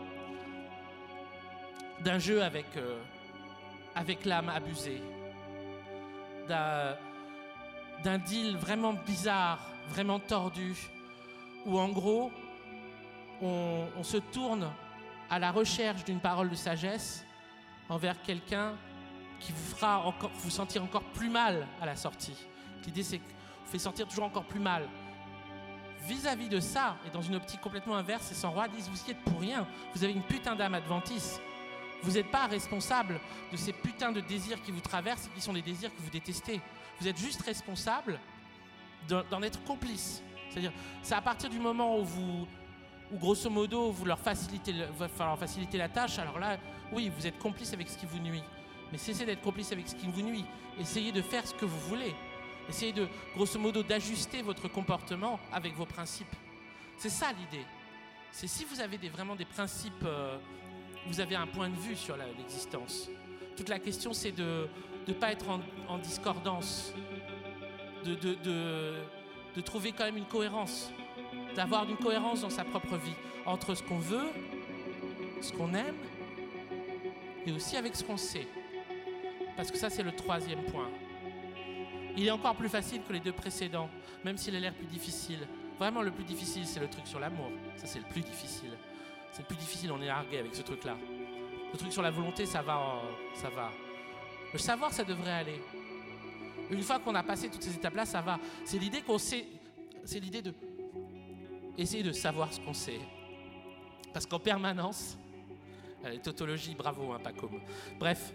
d'un jeu avec, euh, avec l'âme abusée, d'un, d'un deal vraiment bizarre, vraiment tordu, où en gros, on, on se tourne à la recherche d'une parole de sagesse envers quelqu'un qui vous fera encore, vous sentir encore plus mal à la sortie. L'idée, c'est que vous fait sentir toujours encore plus mal. Vis-à-vis de ça, et dans une optique complètement inverse, ces sans-rois disent, vous y êtes pour rien, vous avez une putain d'âme adventice. Vous n'êtes pas responsable de ces putains de désirs qui vous traversent et qui sont des désirs que vous détestez. Vous êtes juste responsable d'en être complice. C'est-à-dire, c'est à partir du moment où vous... où grosso modo, vous leur facilitez, le, va falloir faciliter la tâche, alors là, oui, vous êtes complice avec ce qui vous nuit. Mais cessez d'être complice avec ce qui vous nuit. Essayez de faire ce que vous voulez. Essayez de, grosso modo, d'ajuster votre comportement avec vos principes. C'est ça l'idée. C'est si vous avez des, vraiment des principes, euh, vous avez un point de vue sur la, l'existence. Toute la question, c'est de ne pas être en, en discordance, de, de, de, de trouver quand même une cohérence, d'avoir une cohérence dans sa propre vie, entre ce qu'on veut, ce qu'on aime, et aussi avec ce qu'on sait. Parce que ça, c'est le troisième point. Il est encore plus facile que les deux précédents, même s'il a l'air plus difficile. Vraiment, le plus difficile, c'est le truc sur l'amour. Ça, c'est le plus difficile. C'est le plus difficile, on est largué avec ce truc-là. Le truc sur la volonté, ça va, ça va. Le savoir, ça devrait aller. Une fois qu'on a passé toutes ces étapes-là, ça va. C'est l'idée qu'on sait, c'est l'idée de essayer de savoir ce qu'on sait. Parce qu'en permanence, allez, tautologie, bravo, hein, pas comme. Bref,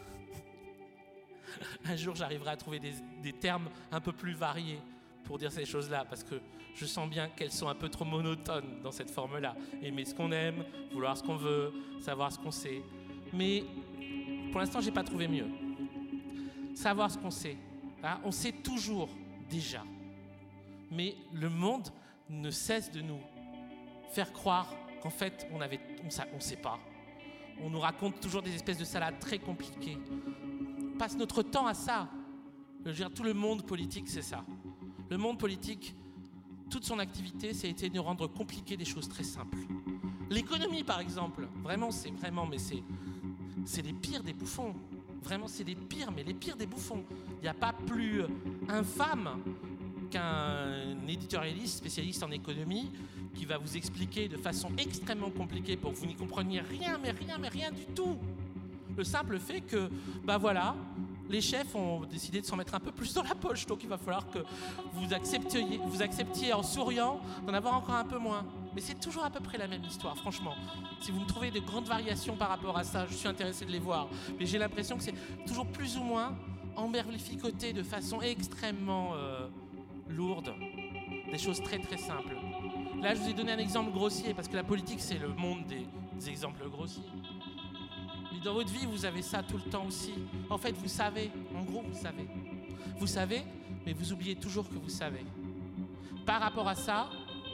un jour, j'arriverai à trouver des, des termes un peu plus variés pour dire ces choses-là, parce que je sens bien qu'elles sont un peu trop monotones dans cette forme-là. Aimer ce qu'on aime, vouloir ce qu'on veut, savoir ce qu'on sait. Mais pour l'instant, j'ai pas trouvé mieux. Savoir ce qu'on sait. Hein, on sait toujours déjà. Mais le monde ne cesse de nous faire croire qu'en fait, on avait, on ne sait pas. On nous raconte toujours des espèces de salades très compliquées. On passe notre temps à ça. Je veux dire, tout le monde politique, c'est ça. Le monde politique, toute son activité, c'est essayer de nous rendre compliquées des choses très simples. L'économie, par exemple, vraiment, c'est vraiment, mais c'est, c'est les pires des bouffons. Vraiment, c'est les pires, mais les pires des bouffons. Il n'y a pas plus infâme qu'un éditorialiste spécialiste en économie qui va vous expliquer de façon extrêmement compliquée pour que vous n'y compreniez rien, mais rien, mais rien du tout. Le simple fait que, bah voilà, les chefs ont décidé de s'en mettre un peu plus dans la poche, donc il va falloir que vous acceptiez, vous acceptiez en souriant d'en avoir encore un peu moins. Mais c'est toujours à peu près la même histoire, franchement. Si vous me trouvez de grandes variations par rapport à ça, je suis intéressé de les voir. Mais j'ai l'impression que c'est toujours plus ou moins emberlificoté de façon extrêmement euh, lourde. Des choses très très simples. Là, je vous ai donné un exemple grossier, parce que la politique, c'est le monde des, des exemples grossiers. Mais dans votre vie, vous avez ça tout le temps aussi. En fait, vous savez. En gros, vous savez. Vous savez, mais vous oubliez toujours que vous savez. Par rapport à ça,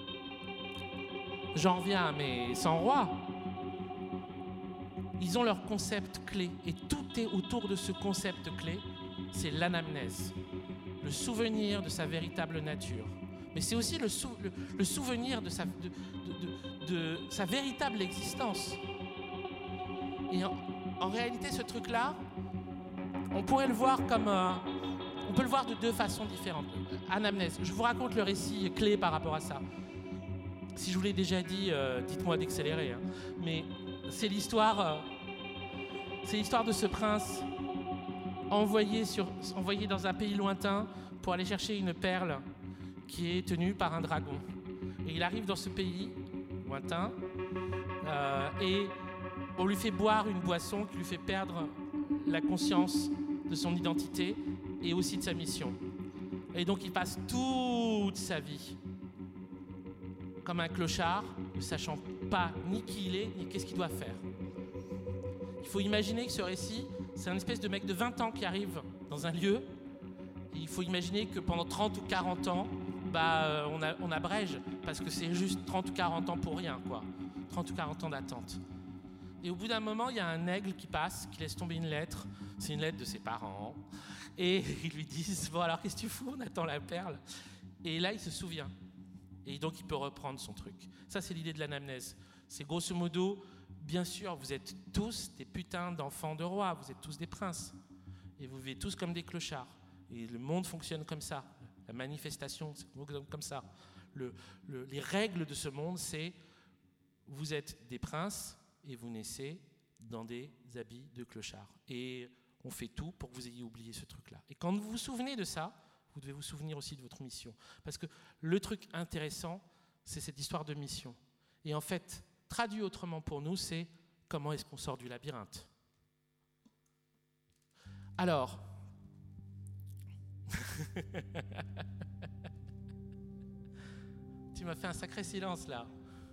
j'en reviens à mes cent rois. Ils ont leur concept clé. Et tout est autour de ce concept clé. C'est l'anamnèse. Le souvenir de sa véritable nature. Mais c'est aussi le, sou- le, le souvenir de sa, de, de, de, de sa véritable existence. Et en, en réalité, ce truc-là, on pourrait le voir comme... Euh, on peut le voir de deux façons différentes. Anamnèse. Je vous raconte le récit clé par rapport à ça. Si je vous l'ai déjà dit, euh, dites-moi d'accélérer. Hein. Mais c'est l'histoire, euh, c'est l'histoire de ce prince envoyé, sur, envoyé dans un pays lointain pour aller chercher une perle qui est tenue par un dragon. Et il arrive dans ce pays lointain euh, et on lui fait boire une boisson qui lui fait perdre la conscience de son identité et aussi de sa mission. Et donc il passe toute sa vie comme un clochard, ne sachant pas ni qui il est, ni qu'est-ce qu'il doit faire. Il faut imaginer que ce récit, c'est un espèce de mec de vingt ans qui arrive dans un lieu. Et il faut imaginer que pendant trente ou quarante ans, bah, on, a, on abrège, parce que c'est juste trente ou quarante ans pour rien, quoi. trente ou quarante ans d'attente. Et au bout d'un moment, il y a un aigle qui passe, qui laisse tomber une lettre. C'est une lettre de ses parents. Et ils lui disent, bon alors qu'est-ce que tu fous? On attend la perle. Et là, il se souvient. Et donc, il peut reprendre son truc. Ça, c'est l'idée de l'anamnèse. C'est grosso modo, bien sûr, vous êtes tous des putains d'enfants de rois. Vous êtes tous des princes. Et vous vivez tous comme des clochards. Et le monde fonctionne comme ça. La manifestation, c'est comme ça. Le, le, les règles de ce monde, c'est vous êtes des princes et vous naissez dans des habits de clochards. Et on fait tout pour que vous ayez oublié ce truc-là. Et quand vous vous souvenez de ça, vous devez vous souvenir aussi de votre mission. Parce que le truc intéressant, c'est cette histoire de mission. Et en fait, traduit autrement pour nous, c'est comment est-ce qu'on sort du labyrinthe. Alors, tu m'as fait un sacré silence là.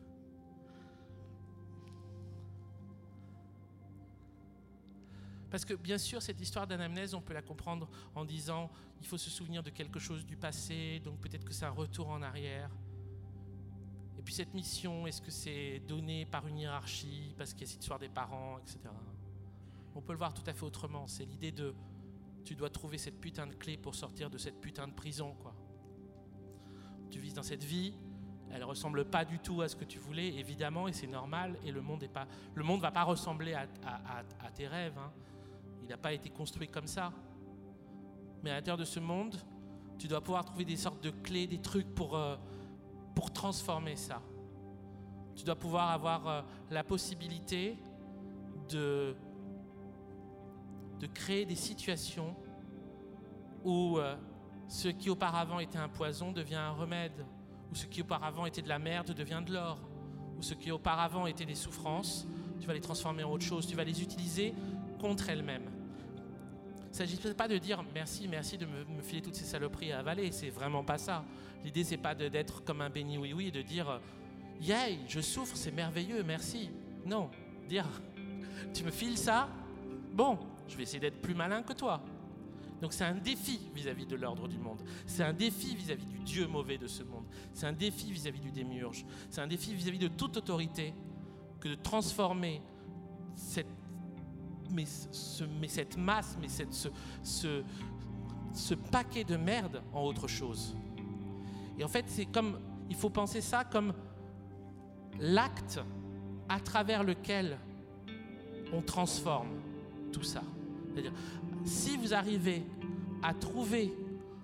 Parce que bien sûr, cette histoire d'anamnèse, on peut la comprendre en disant il faut se souvenir de quelque chose du passé, donc peut-être que c'est un retour en arrière. Et puis cette mission, est-ce que c'est donné par une hiérarchie, parce qu'il y a cette histoire des parents, et cetera. On peut le voir tout à fait autrement. C'est l'idée de tu dois trouver cette putain de clé pour sortir de cette putain de prison, quoi. Tu vis dans cette vie, elle ressemble pas du tout à ce que tu voulais, évidemment, et c'est normal. Et le monde est pas, le monde va pas ressembler à, à, à, à tes rêves. Hein. Il n'a pas été construit comme ça. Mais à l'intérieur de ce monde, tu dois pouvoir trouver des sortes de clés, des trucs pour euh, pour transformer ça. Tu dois pouvoir avoir euh, la possibilité de de créer des situations où euh, ce qui auparavant était un poison devient un remède, où ce qui auparavant était de la merde devient de l'or, où ce qui auparavant était des souffrances, tu vas les transformer en autre chose, tu vas les utiliser contre elles-mêmes. Il ne s'agit pas de dire merci, merci de me, me filer toutes ces saloperies à avaler, c'est vraiment pas ça. L'idée, c'est pas de, d'être comme un béni oui-oui et de dire yay, je souffre, c'est merveilleux, merci. Non, dire tu me files ça, bon, je vais essayer d'être plus malin que toi. Donc c'est un défi vis-à-vis de l'ordre du monde. C'est un défi vis-à-vis du Dieu mauvais de ce monde. C'est un défi vis-à-vis du démiurge. C'est un défi vis-à-vis de toute autorité que de transformer cette, mais ce, mais cette masse, mais cette, ce, ce, ce paquet de merde en autre chose. Et en fait, c'est comme, il faut penser ça comme l'acte à travers lequel on transforme tout ça. C'est-à-dire, si vous arrivez à trouver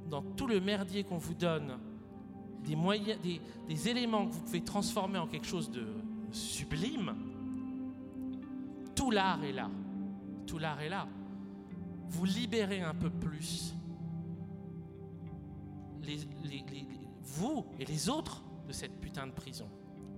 dans tout le merdier qu'on vous donne, des, moyens, des, des éléments que vous pouvez transformer en quelque chose de sublime, tout l'art est là. Tout l'art est là. Vous libérez un peu plus les, les, les, vous et les autres de cette putain de prison.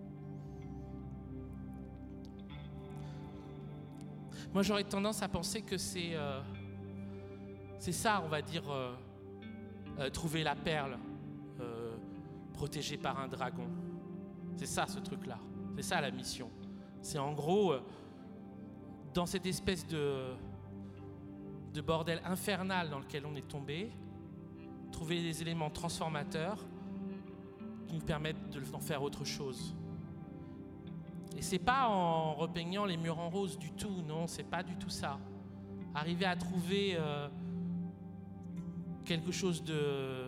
Moi, j'aurais tendance à penser que c'est, euh, c'est ça, on va dire, euh, euh, trouver la perle euh, protégée par un dragon. C'est ça, ce truc-là. C'est ça, la mission. C'est en gros, euh, dans cette espèce de, de bordel infernal dans lequel on est tombé, trouver des éléments transformateurs qui nous permettent de, d'en faire autre chose. Et c'est pas en repeignant les murs en rose du tout, non, c'est pas du tout ça. Arriver à trouver euh, quelque chose de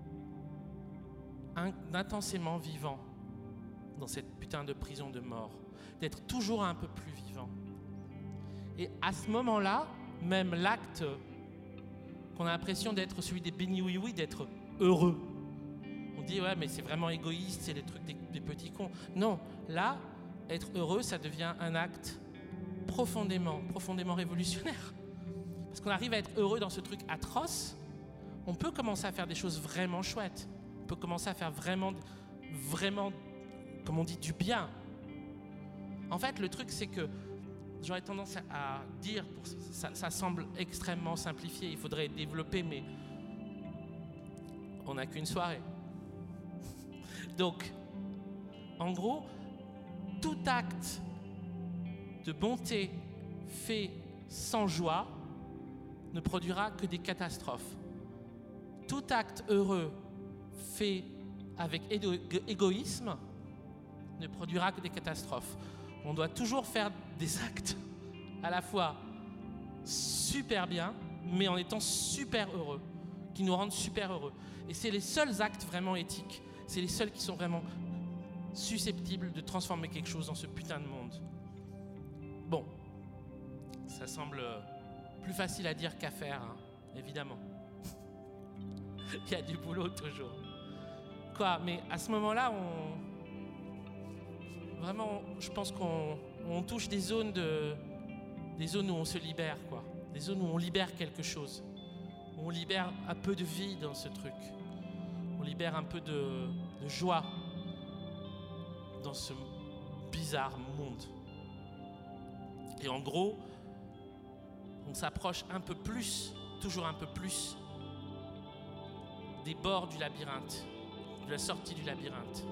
un, d'intensément vivant dans cette putain de prison de mort, d'être toujours un peu plus vivant. Et à ce moment-là, même l'acte qu'on a l'impression d'être celui des bénis oui-oui, d'être heureux. On dit ouais, mais c'est vraiment égoïste, c'est les trucs des, des petits cons. Non, là, être heureux, ça devient un acte profondément, profondément révolutionnaire. Parce qu'on arrive à être heureux dans ce truc atroce, on peut commencer à faire des choses vraiment chouettes. On peut commencer à faire vraiment, vraiment, comme on dit, du bien. En fait, le truc, c'est que j'aurais tendance à dire, pour ça, ça semble extrêmement simplifié, il faudrait développer, mais on n'a qu'une soirée. Donc, en gros, tout acte de bonté fait sans joie ne produira que des catastrophes. Tout acte heureux fait avec égo- égoïsme ne produira que des catastrophes. On doit toujours faire des actes à la fois super bien, mais en étant super heureux, qui nous rendent super heureux. Et c'est les seuls actes vraiment éthiques, c'est les seuls qui sont vraiment susceptibles de transformer quelque chose dans ce putain de monde. Bon, ça semble plus facile à dire qu'à faire, hein, évidemment. Il y a du boulot toujours. Quoi, mais à ce moment-là, on... Vraiment, je pense qu'on on touche des zones, de, des zones où on se libère, quoi. Des zones où on libère quelque chose. Où on libère un peu de vie dans ce truc. On libère un peu de, de joie dans ce bizarre monde. Et en gros, on s'approche un peu plus, toujours un peu plus, des bords du labyrinthe, de la sortie du labyrinthe.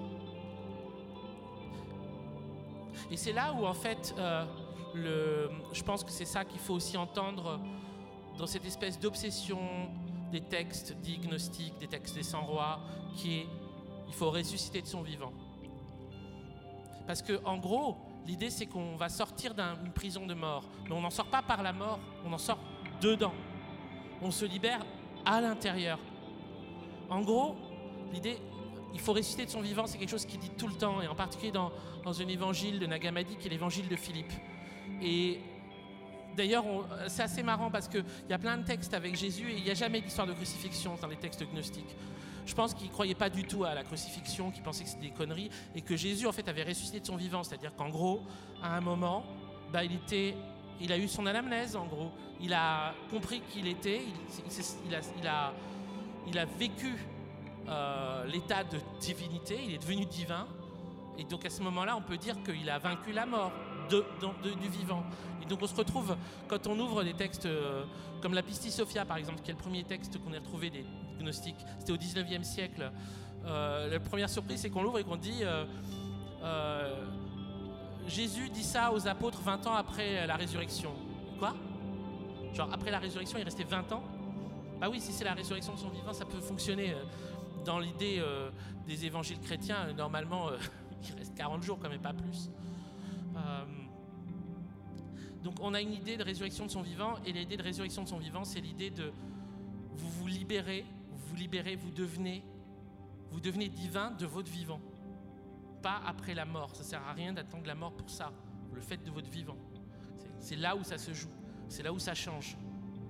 Et c'est là où, en fait, euh, le, je pense que c'est ça qu'il faut aussi entendre dans cette espèce d'obsession des textes dits gnostiques, des textes des cent rois, qui est il faut ressusciter de son vivant. Parce que, en gros, l'idée, c'est qu'on va sortir d'une prison de mort. Mais on n'en sort pas par la mort, on en sort dedans. On se libère à l'intérieur. En gros, l'idée... Il faut ressusciter de son vivant, c'est quelque chose qu'il dit tout le temps, et en particulier dans, dans un évangile de Nag Hammadi, qui est l'évangile de Philippe. Et d'ailleurs, on, c'est assez marrant parce qu'il y a plein de textes avec Jésus, et il n'y a jamais d'histoire de crucifixion dans les textes gnostiques. Je pense qu'ils ne croyaient pas du tout à la crucifixion, qu'ils pensaient que c'était des conneries, et que Jésus, en fait, avait ressuscité de son vivant. C'est-à-dire qu'en gros, à un moment, bah, il, était, il a eu son anamnèse, en gros. Il a compris qui il était, il, il, il, a, il, a, il a vécu Euh, l'état de divinité, il est devenu divin, et donc à ce moment-là on peut dire qu'il a vaincu la mort de, de, de, du vivant. Et donc on se retrouve, quand on ouvre des textes euh, comme la Pistis Sophia par exemple, qui est le premier texte qu'on a retrouvé des gnostiques, c'était au dix-neuvième siècle. Euh, la première surprise, c'est qu'on l'ouvre et qu'on dit euh, euh, Jésus dit ça aux apôtres vingt ans après la résurrection. Quoi ? Genre après la résurrection il restait vingt ans ? Bah oui, si c'est la résurrection de son vivant, ça peut fonctionner. Dans l'idée euh, des évangiles chrétiens, euh, normalement, euh, il reste quarante jours, quand même, pas plus. Euh, donc on a une idée de résurrection de son vivant, et l'idée de résurrection de son vivant, c'est l'idée de vous vous libérez, vous vous libérez, vous devenez, vous devenez divin de votre vivant. Pas après la mort, ça sert à rien d'attendre la mort pour ça. Vous le faites de votre vivant. C'est, c'est là où ça se joue, c'est là où ça change.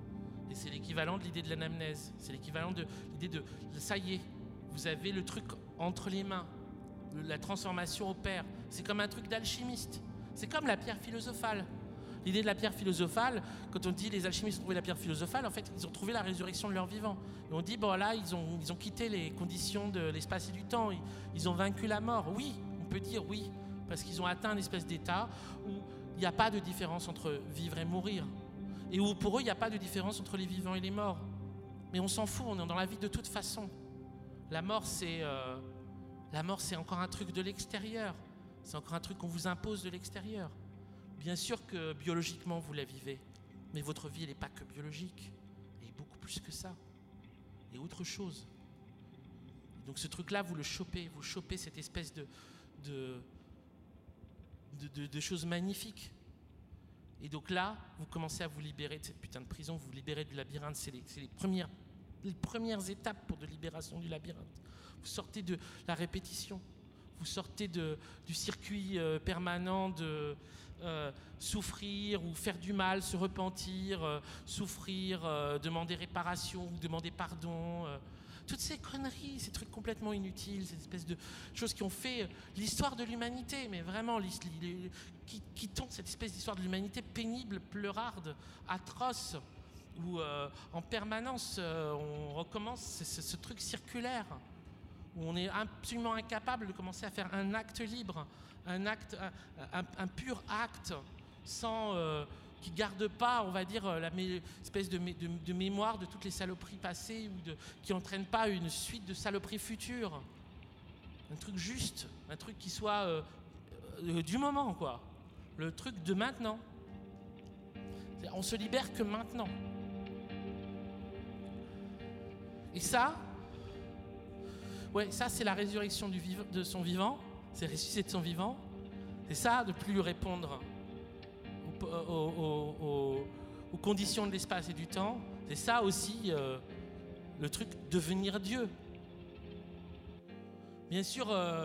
Et c'est l'équivalent de l'idée de l'anamnèse. C'est l'équivalent de l'idée de ça y est, vous avez le truc entre les mains. La transformation opère. C'est comme un truc d'alchimiste. C'est comme la pierre philosophale. L'idée de la pierre philosophale, quand on dit les alchimistes ont trouvé la pierre philosophale, en fait, ils ont trouvé la résurrection de leur vivant. Et on dit, bon là, ils ont, ils ont quitté les conditions de l'espace et du temps. Ils, ils ont vaincu la mort. Oui, on peut dire oui, parce qu'ils ont atteint une espèce d'état où il n'y a pas de différence entre vivre et mourir. Et où pour eux, il n'y a pas de différence entre les vivants et les morts. Mais on s'en fout, on est dans la vie de toute façon. La mort, c'est, euh, la mort, c'est encore un truc de l'extérieur. C'est encore un truc qu'on vous impose de l'extérieur. Bien sûr que biologiquement, vous la vivez. Mais votre vie, elle n'est pas que biologique. Elle est beaucoup plus que ça. Et autre chose. Donc ce truc-là, vous le chopez. Vous chopez cette espèce de, de, de, de, de choses magnifiques. Et donc là, vous commencez à vous libérer de cette putain de prison. Vous vous libérez du labyrinthe. C'est les, c'est les, premières, les premières étapes pour de libération du labyrinthe. Vous sortez de la répétition. Vous sortez de, du circuit euh, permanent de euh, souffrir ou faire du mal, se repentir, euh, souffrir, euh, demander réparation, demander pardon. Euh, toutes ces conneries, ces trucs complètement inutiles, ces espèces de choses qui ont fait l'histoire de l'humanité, mais vraiment, les, les, qui, qui tont cette espèce d'histoire de l'humanité pénible, pleurarde, atroce, où euh, en permanence euh, on recommence ce, ce, ce truc circulaire. Où on est absolument incapable de commencer à faire un acte libre, un acte, un, un, un pur acte, sans euh, qui garde pas, on va dire, la mé, espèce de, de, de mémoire de toutes les saloperies passées ou de, qui entraîne pas une suite de saloperies futures. Un truc juste, un truc qui soit euh, euh, du moment, quoi. Le truc de maintenant. On se libère que maintenant. Et ça. Ouais, ça c'est la résurrection du viv- de son vivant, c'est ressusciter de son vivant. C'est ça de plus répondre aux, aux, aux, aux conditions de l'espace et du temps. C'est ça aussi euh, le truc devenir Dieu. Bien sûr, euh,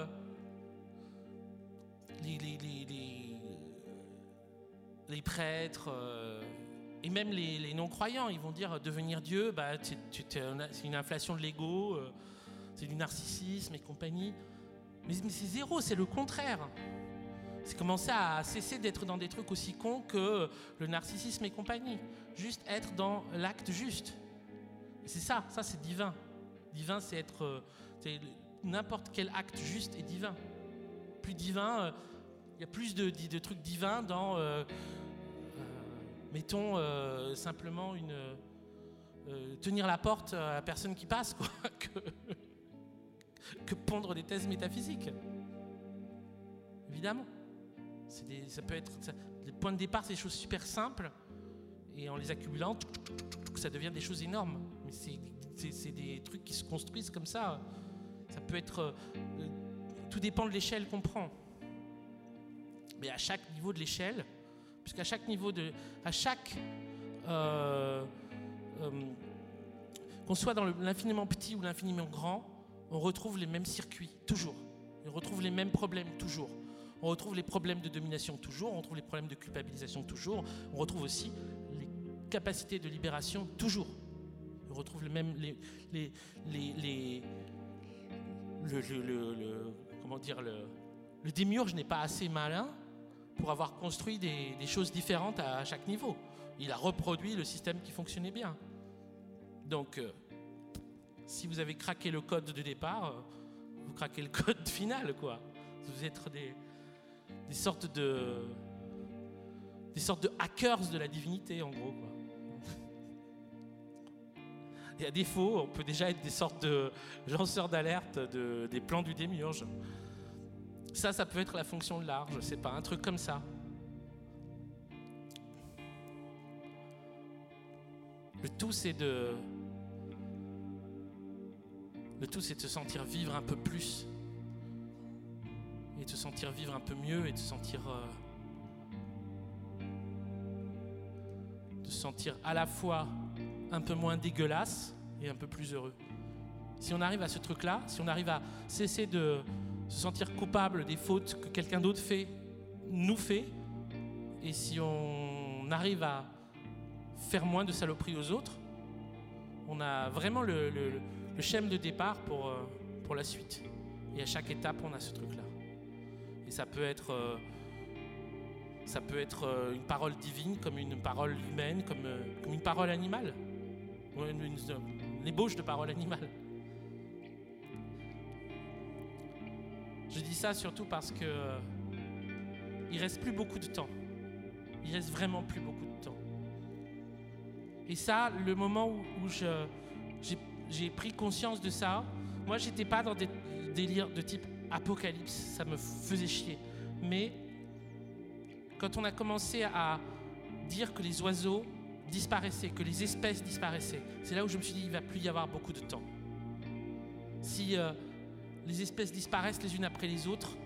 les, les, les, les, les prêtres euh, et même les, les non-croyants, ils vont dire devenir Dieu, bah, t'es, t'es, c'est une inflation de l'ego. Euh, C'est du narcissisme et compagnie. Mais, mais c'est zéro, c'est le contraire. C'est commencer à cesser d'être dans des trucs aussi cons que le narcissisme et compagnie. Juste être dans l'acte juste. Et c'est ça, ça c'est divin. Divin, c'est être... C'est n'importe quel acte juste est divin. Plus divin, il y a plus de, de, de trucs divins dans... Euh, euh, mettons euh, simplement une... Euh, tenir la porte à la personne qui passe, quoi. que, que pondre des thèses métaphysiques. Évidemment. C'est des, ça peut être... Ça, les points de départ, c'est des choses super simples. Et en les accumulant, ça devient des choses énormes. Mais c'est, c'est, c'est des trucs qui se construisent comme ça. Ça peut être... Euh, tout dépend de l'échelle qu'on prend. Mais à chaque niveau de l'échelle, puisqu'à chaque niveau de... À chaque... Euh, euh, qu'on soit dans le, l'infiniment petit ou l'infiniment grand, on retrouve les mêmes circuits, toujours. On retrouve les mêmes problèmes, toujours. On retrouve les problèmes de domination, toujours. On retrouve les problèmes de culpabilisation, toujours. On retrouve aussi les capacités de libération, toujours. On retrouve les mêmes... Les, les, les, les, le, le, le, le, comment dire, le, le démiurge n'est pas assez malin pour avoir construit des, des choses différentes à, à chaque niveau. Il a reproduit le système qui fonctionnait bien. Donc, euh, si vous avez craqué le code de départ, euh, vous craquez le code final, quoi. Vous êtes des, des sortes de... des sortes de hackers de la divinité, en gros, quoi. Et à défaut, on peut déjà être des sortes de lanceurs d'alerte de, des plans du démiurge. Ça, ça peut être la fonction de l'art, je sais pas, un truc comme ça. Le tout, c'est de... Le tout, c'est de se sentir vivre un peu plus. Et de se sentir vivre un peu mieux et de se sentir... Euh, de se sentir à la fois un peu moins dégueulasse et un peu plus heureux. Si on arrive à ce truc-là, si on arrive à cesser de se sentir coupable des fautes que quelqu'un d'autre fait, nous fait, et si on arrive à faire moins de saloperies aux autres, on a vraiment le, le, le schème de départ pour, euh, pour la suite. Et à chaque étape, on a ce truc-là. Et ça peut être, euh, ça peut être euh, une parole divine, comme une parole humaine, comme, euh, comme une parole animale. Une, une, une ébauche de parole animale. Je dis ça surtout parce que euh, il reste plus beaucoup de temps. Il reste vraiment plus beaucoup de temps. Et ça, le moment où, où je, j'ai, j'ai pris conscience de ça, moi, j'étais pas dans des délires de type apocalypse, ça me faisait chier. Mais quand on a commencé à dire que les oiseaux disparaissaient, que les espèces disparaissaient, c'est là où je me suis dit, il va plus y avoir beaucoup de temps. Si euh, les espèces disparaissent les unes après les autres,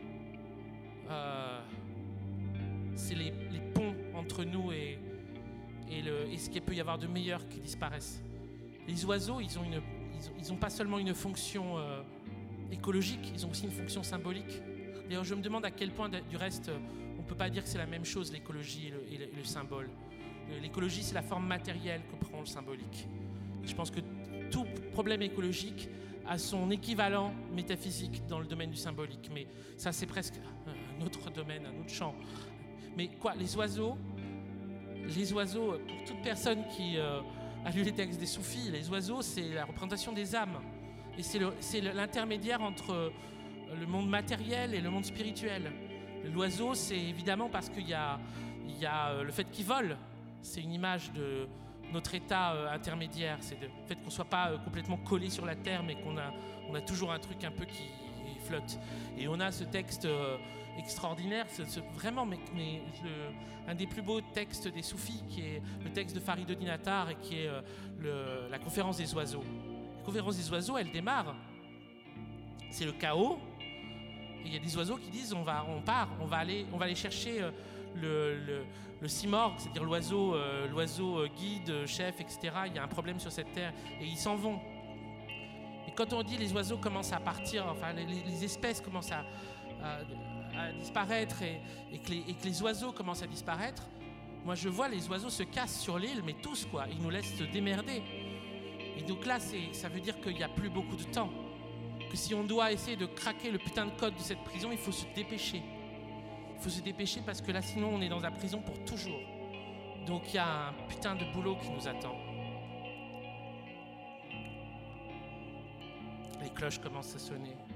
euh, c'est les, les ponts entre nous et, et, le, et ce qu'il peut y avoir de meilleur qui disparaissent. Les oiseaux, ils ont, une, ils ont, ils ont pas seulement une fonction euh, écologique, ils ont aussi une fonction symbolique. D'ailleurs, je me demande à quel point, du reste, on ne peut pas dire que c'est la même chose, l'écologie et le, et le, et le symbole. L'écologie, c'est la forme matérielle que prend le symbolique. Je pense que tout problème écologique a son équivalent métaphysique dans le domaine du symbolique. Mais ça, c'est presque un autre domaine, un autre champ. Mais quoi, les oiseaux, les oiseaux, pour toute personne qui euh, a lu les textes des soufis, les oiseaux, c'est la représentation des âmes. Et c'est, le, c'est l'intermédiaire entre le monde matériel et le monde spirituel. L'oiseau, c'est évidemment parce qu'il y a, il y a le fait qu'il vole. C'est une image de notre état euh, intermédiaire. C'est le fait qu'on ne soit pas euh, complètement collé sur la terre, mais qu'on a, on a toujours un truc un peu qui flotte. Et on a ce texte euh, extraordinaire, ce, ce, vraiment, mais, mais le, un des plus beaux textes des soufis, qui est le texte de Fariduddin Attar, et qui est euh, le, la conférence des oiseaux. La conférence des oiseaux, elle démarre. C'est le chaos. Et il y a des oiseaux qui disent on, va, on part, on va aller, on va aller chercher euh, le, le, le simorgue, c'est-à-dire l'oiseau, euh, l'oiseau euh, guide, chef, et cetera. Il y a un problème sur cette terre et ils s'en vont. Et quand on dit les oiseaux commencent à partir, enfin les, les espèces commencent à, à, à disparaître et, et, que les, et que les oiseaux commencent à disparaître, moi je vois les oiseaux se cassent sur l'île, mais tous quoi, ils nous laissent se démerder. Et donc là, c'est, ça veut dire qu'il n'y a plus beaucoup de temps. Que si on doit essayer de craquer le putain de code de cette prison, il faut se dépêcher. Il faut se dépêcher parce que là, sinon, on est dans la prison pour toujours. Donc, il y a un putain de boulot qui nous attend. Les cloches commencent à sonner.